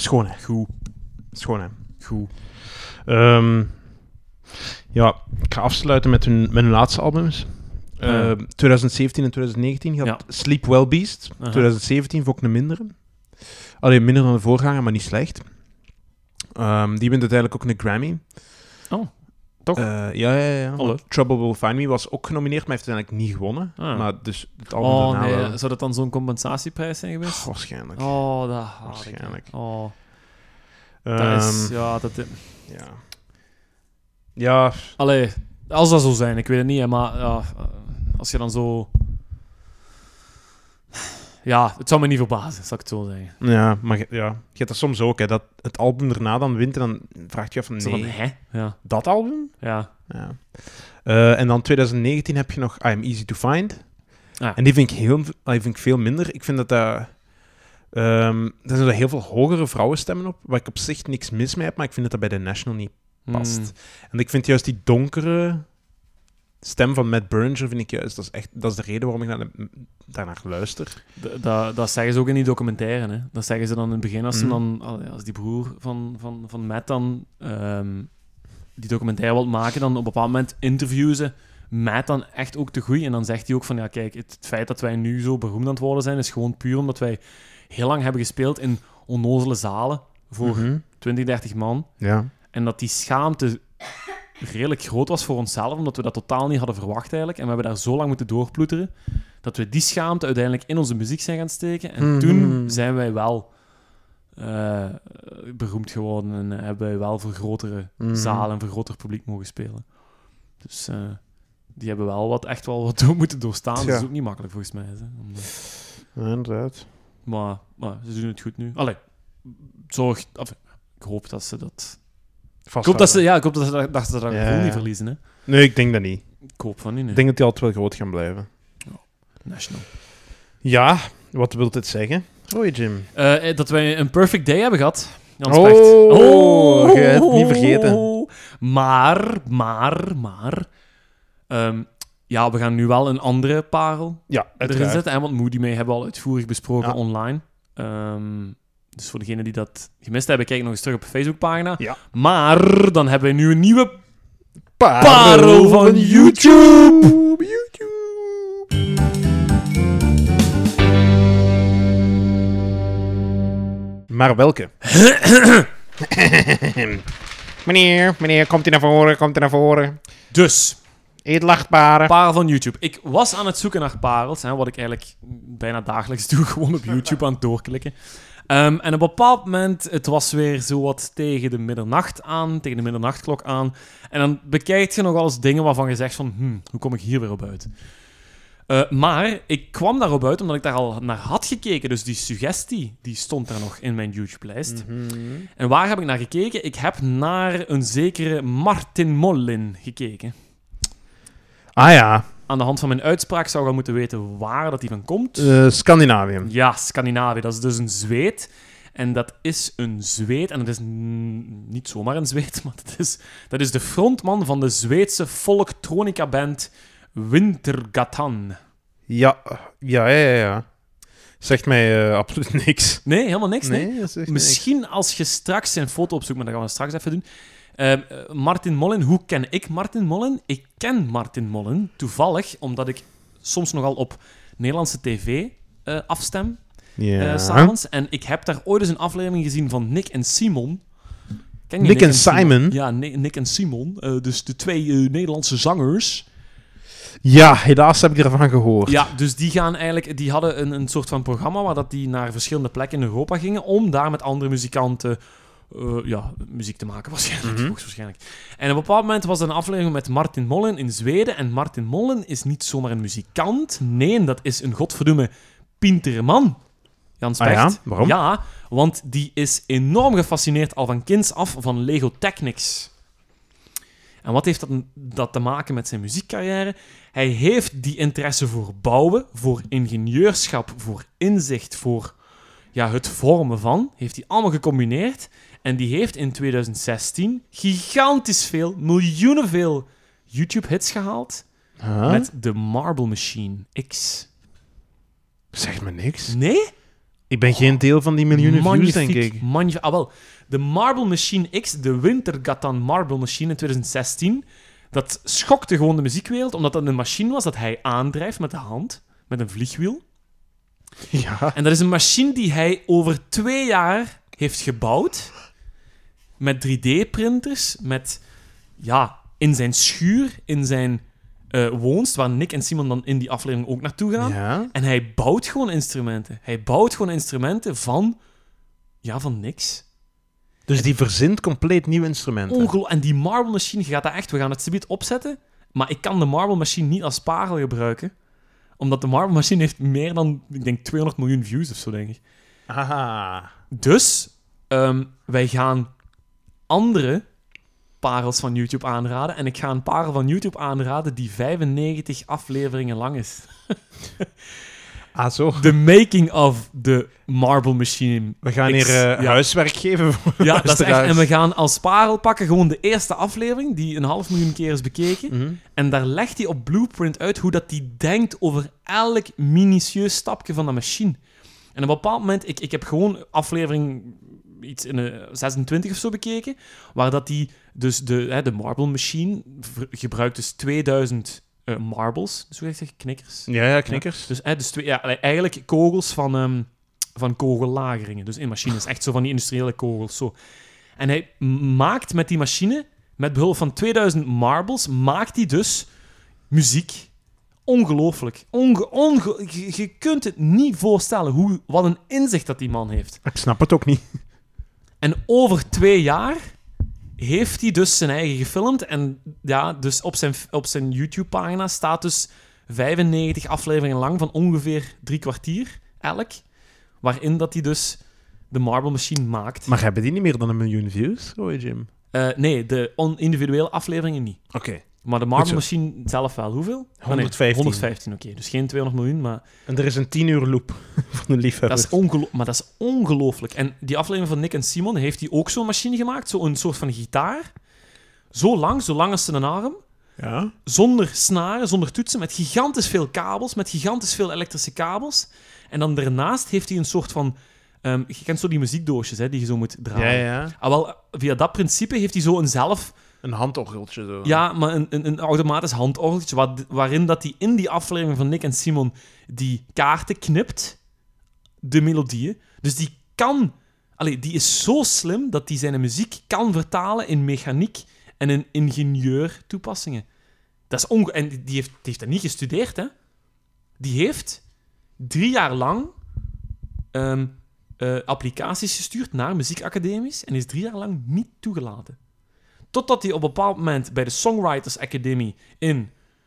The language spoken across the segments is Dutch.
Schoon, hè. Goed. Schoon, hè. Goed. Ja, ik ga afsluiten met hun laatste albums. 2017 en 2019. Je had Sleep Well Beast. 2017 vond ik een mindere. Alleen minder dan de voorganger, maar niet slecht. Die wint uiteindelijk ook een Grammy. Oh, toch? Ja. Trouble Will Find Me was ook genomineerd, maar heeft uiteindelijk niet gewonnen. Maar dus het album daarna wel. Zou dat dan zo'n compensatieprijs zijn geweest? Waarschijnlijk. Oh, dat waarschijnlijk. Oh. Dat is... Ja, dat... Ja. Allee, als dat zo zijn, ik weet het niet, hè, maar als je dan zo... Ja, het zou me niet verbazen, zal ik het zo zeggen. Ja, maar je hebt dat soms ook, hè, dat het album erna dan wint en dan vraag je af van, nee, zo van, hè? Ja. Dat album? Ja. En dan 2019 heb je nog I Am Easy to Find. Ah. En die vind ik veel minder. Ik vind dat er zijn heel veel hogere vrouwenstemmen op, waar ik op zich niks mis mee heb, maar ik vind dat bij de National niet past. En ik vind juist die donkere stem van Matt Berninger, vind ik juist, dat is de reden waarom ik daarnaar luister. Dat zeggen ze ook in die documentaire. Hè. Dat zeggen ze dan in het begin, als die broer van Matt dan die documentaire wil maken, dan op een bepaald moment interviewen ze Matt dan echt ook te goed. En dan zegt hij ook van, ja kijk, het feit dat wij nu zo beroemd aan het worden zijn, is gewoon puur omdat wij heel lang hebben gespeeld in onnozele zalen voor 20, 30 man. Ja. En dat die schaamte redelijk groot was voor onszelf, omdat we dat totaal niet hadden verwacht eigenlijk. En we hebben daar zo lang moeten doorploeteren, dat we die schaamte uiteindelijk in onze muziek zijn gaan steken. En toen zijn wij wel beroemd geworden en hebben wij wel voor grotere zalen en voor groter publiek mogen spelen. Dus die hebben wel echt wel wat door moeten doorstaan. Ja. Dat is ook niet makkelijk volgens mij. Ja, inderdaad. Maar ze doen het goed nu. Allee, ik hoop dat ze dat... Ik hoop dat ze dat gevoel niet verliezen. Hè? Nee, ik denk dat niet. Ik hoop van niet. Nee. Ik denk dat die altijd wel groot gaan blijven. Ja, National. Ja, wat wil dit zeggen? Hoi, Jim. Dat wij een perfect day hebben gehad. Jan Specht. Je hebt het niet vergeten. Maar... we gaan nu wel een andere parel erin zetten. Want Moody May hebben we al uitvoerig besproken online. Dus voor degenen die dat gemist hebben, kijk nog eens terug op de Facebookpagina. Ja. Maar dan hebben we nu een nieuwe parel van YouTube. Maar welke? meneer, komt u naar voren. Dus... edelachtbare. Parel van YouTube. Ik was aan het zoeken naar parels, wat ik eigenlijk bijna dagelijks doe, gewoon op YouTube aan het doorklikken. En op een bepaald moment, het was weer zo wat tegen de middernachtkklok aan. En dan bekijk je nog wel eens dingen waarvan je zegt van, hoe kom ik hier weer op uit? Maar ik kwam daarop uit omdat ik daar al naar had gekeken. Dus die suggestie, die stond daar nog in mijn YouTube-lijst. Mm-hmm. En waar heb ik naar gekeken? Ik heb naar een zekere Martin Mollin gekeken. Ah ja. Aan de hand van mijn uitspraak zou ik al moeten weten waar dat die van komt. Scandinavië. Ja, Scandinavië. Dat is dus een Zweed. En dat is een Zweed. En dat is niet zomaar een Zweed, maar dat is de frontman van de Zweedse folktronica-band Wintergatan. Ja. Zegt mij absoluut niks. Nee, helemaal niks. Nee. Misschien niks. Als je straks zijn foto opzoekt, maar dat gaan we straks even doen. Martin Mollin, hoe ken ik Martin Mollin? Ik ken Martin Mollin toevallig, omdat ik soms nogal op Nederlandse tv afstem, 's avonds. En ik heb daar ooit eens een aflevering gezien van Nick en Simon. Ken je Nick en Simon? Ja, Nick en Simon. Dus de twee Nederlandse zangers. Ja, helaas heb ik ervan gehoord. Ja, dus die hadden een soort van programma waar dat die naar verschillende plekken in Europa gingen om daar met andere muzikanten muziek te maken, waarschijnlijk. En op een bepaald moment was er een aflevering met Martin Mollin in Zweden. En Martin Mollin is niet zomaar een muzikant. Nee, dat is een godverdomme pintere Jan Specht. Ah ja? Waarom? Ja, want die is enorm gefascineerd al van kinds af van Lego Technics. En wat heeft dat te maken met zijn muziekcarrière? Hij heeft die interesse voor bouwen, voor ingenieurschap, voor inzicht, voor het vormen van. Heeft hij allemaal gecombineerd. En die heeft in 2016 gigantisch veel, miljoenen veel YouTube-hits gehaald. Met The Marble Machine X. Zeg me niks. Nee? Ik ben geen deel van die miljoenen views, denk ik. Magnifiek. Wel, de Marble Machine X, de Wintergatan Marble Machine in 2016, dat schokte gewoon de muziekwereld, omdat dat een machine was dat hij aandrijft met de hand, met een vliegwiel. Ja. En dat is een machine die hij over 2 jaar heeft gebouwd, met 3D-printers, met, in zijn schuur, in zijn woonst, waar Nick en Simon dan in die aflevering ook naartoe gaan. Ja. En hij bouwt gewoon instrumenten. Hij bouwt gewoon instrumenten van niks. Dus die verzint compleet nieuwe instrumenten. En die Marble Machine, je gaat dat echt, we gaan het subiet opzetten, maar ik kan de Marble Machine niet als parel gebruiken, omdat de Marble Machine heeft meer dan, ik denk, 200 miljoen views of zo, denk ik. Aha. Dus, wij gaan andere parels van YouTube aanraden. En ik ga een parel van YouTube aanraden die 95 afleveringen lang is. Zo. The making of the Marble Machine. We gaan hier huiswerk geven voor de dat is echt. luisteraars. En we gaan als parel pakken gewoon de eerste aflevering, die 500.000 keer is bekeken. Mhm. En daar legt hij op Blueprint uit hoe dat hij denkt over elk minutieus stapje van de machine. En op een bepaald moment, ik heb gewoon aflevering iets in de 26 of zo bekeken, waar dat hij dus de Marble Machine gebruikt dus 2000 marbles, dus hoe zeg je, knikkers? Ja, knikkers. Ja. Dus eigenlijk kogels van kogellageringen. Dus in machines, echt zo van die industriële kogels. Zo. En hij maakt met die machine, met behulp van 2000 marbles, maakt hij dus muziek. Ongelooflijk. Je kunt het niet voorstellen wat een inzicht dat die man heeft. Ik snap het ook niet. En over 2 jaar heeft hij dus zijn eigen gefilmd. En ja, dus op zijn YouTube-pagina staat dus 95 afleveringen lang van ongeveer 3 kwartier elk. Waarin dat hij dus de Marble Machine maakt. Maar hebben die niet meer dan 1 miljoen views, Roy Jim? Nee, de individuele afleveringen niet. Oké. Maar de Marble Machine zelf wel. Hoeveel? 115. 115, oké. Dus geen 200 miljoen, maar... En er is een 10 uur loop van de liefhebber. Maar dat is ongelooflijk. En die aflevering van Nick en Simon heeft hij ook zo'n machine gemaakt. Zo'n soort van gitaar. Zo lang als zijn arm. Ja. Zonder snaren, zonder toetsen. Met gigantisch veel kabels. Met gigantisch veel elektrische kabels. En dan daarnaast heeft hij een soort van... je kent zo die muziekdoosjes, hè, die je zo moet draaien. Ja. Wel, via dat principe heeft hij zo Een handorgeltje zo. Ja, maar een automatisch handorgeltje, waarin dat hij in die aflevering van Nick en Simon die kaarten knipt, de melodieën. Dus die is zo slim dat hij zijn muziek kan vertalen in mechaniek en in ingenieur-toepassingen. En die heeft dat niet gestudeerd, hè. Die heeft 3 jaar lang applicaties gestuurd naar muziekacademies en is 3 jaar lang niet toegelaten. Totdat hij op een bepaald moment bij de Songwriters Academy in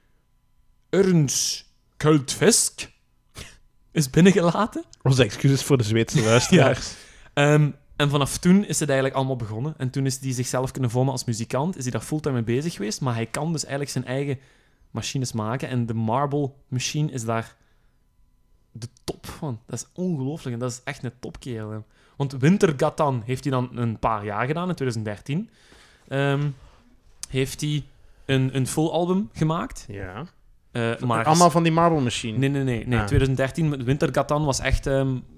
Ernst-Kultvesk is binnengelaten. Onze excuses voor de Zweedse luisteraars. En vanaf toen is het eigenlijk allemaal begonnen. En toen is hij zichzelf kunnen vormen als muzikant. Is hij daar fulltime mee bezig geweest. Maar hij kan dus eigenlijk zijn eigen machines maken. En de Marble Machine is daar de top van. Dat is ongelooflijk. En dat is echt een topkerel. Hè. Want Wintergatan heeft hij dan een paar jaar gedaan, in 2013. Heeft hij een full album gemaakt. Ja. Maar allemaal van die Marble Machine. Nee. 2013 met Wintergatan was echt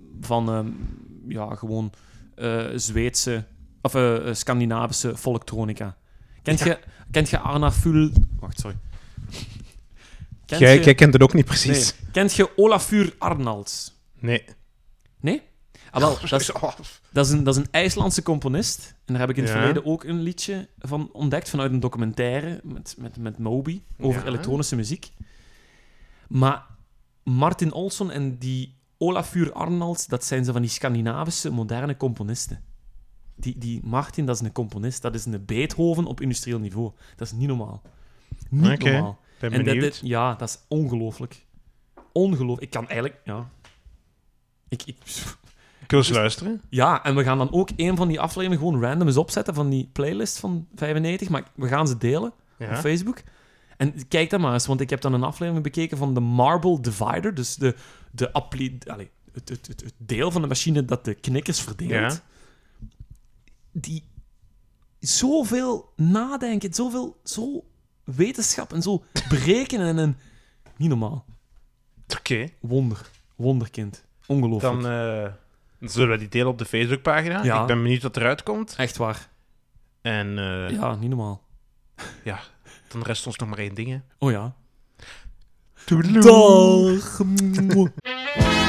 gewoon Zweedse of Scandinavische folktronica. Kent je Arnar Ful... Wacht, sorry. Jij kent het ook niet precies. Nee. Kent je Olafur Arnalds? Nee? Wel, dat is een IJslandse componist. En daar heb ik in het verleden ook een liedje van ontdekt, vanuit een documentaire met Moby, over elektronische muziek. Maar Martin Olsson en die Olafur Arnalds, dat zijn zo van die Scandinavische moderne componisten. Die Martin, dat is een componist. Dat is een Beethoven op industrieel niveau. Dat is niet normaal. Niet normaal. Ben benieuwd. Dat is ongelooflijk. Ongelooflijk. Ik kan eigenlijk... Ja. Ik wil eens luisteren. Ja, en we gaan dan ook een van die afleveringen gewoon random eens opzetten van die playlist van 95, maar we gaan ze delen op Facebook. En kijk dan maar eens, want ik heb dan een aflevering bekeken van de Marble Divider, dus het deel van de machine dat de knikkers verdeelt. Ja. Die zoveel nadenken, zo wetenschap en zo berekenen en niet normaal. Oké. Wonderkind. Ongelooflijk. Dan Zullen we die delen op de Facebookpagina? Ja. Ik ben benieuwd wat eruit komt. Echt waar. En Ja, niet normaal. dan rest ons nog maar één ding, hè. Oh ja. Toedeloe. Dag.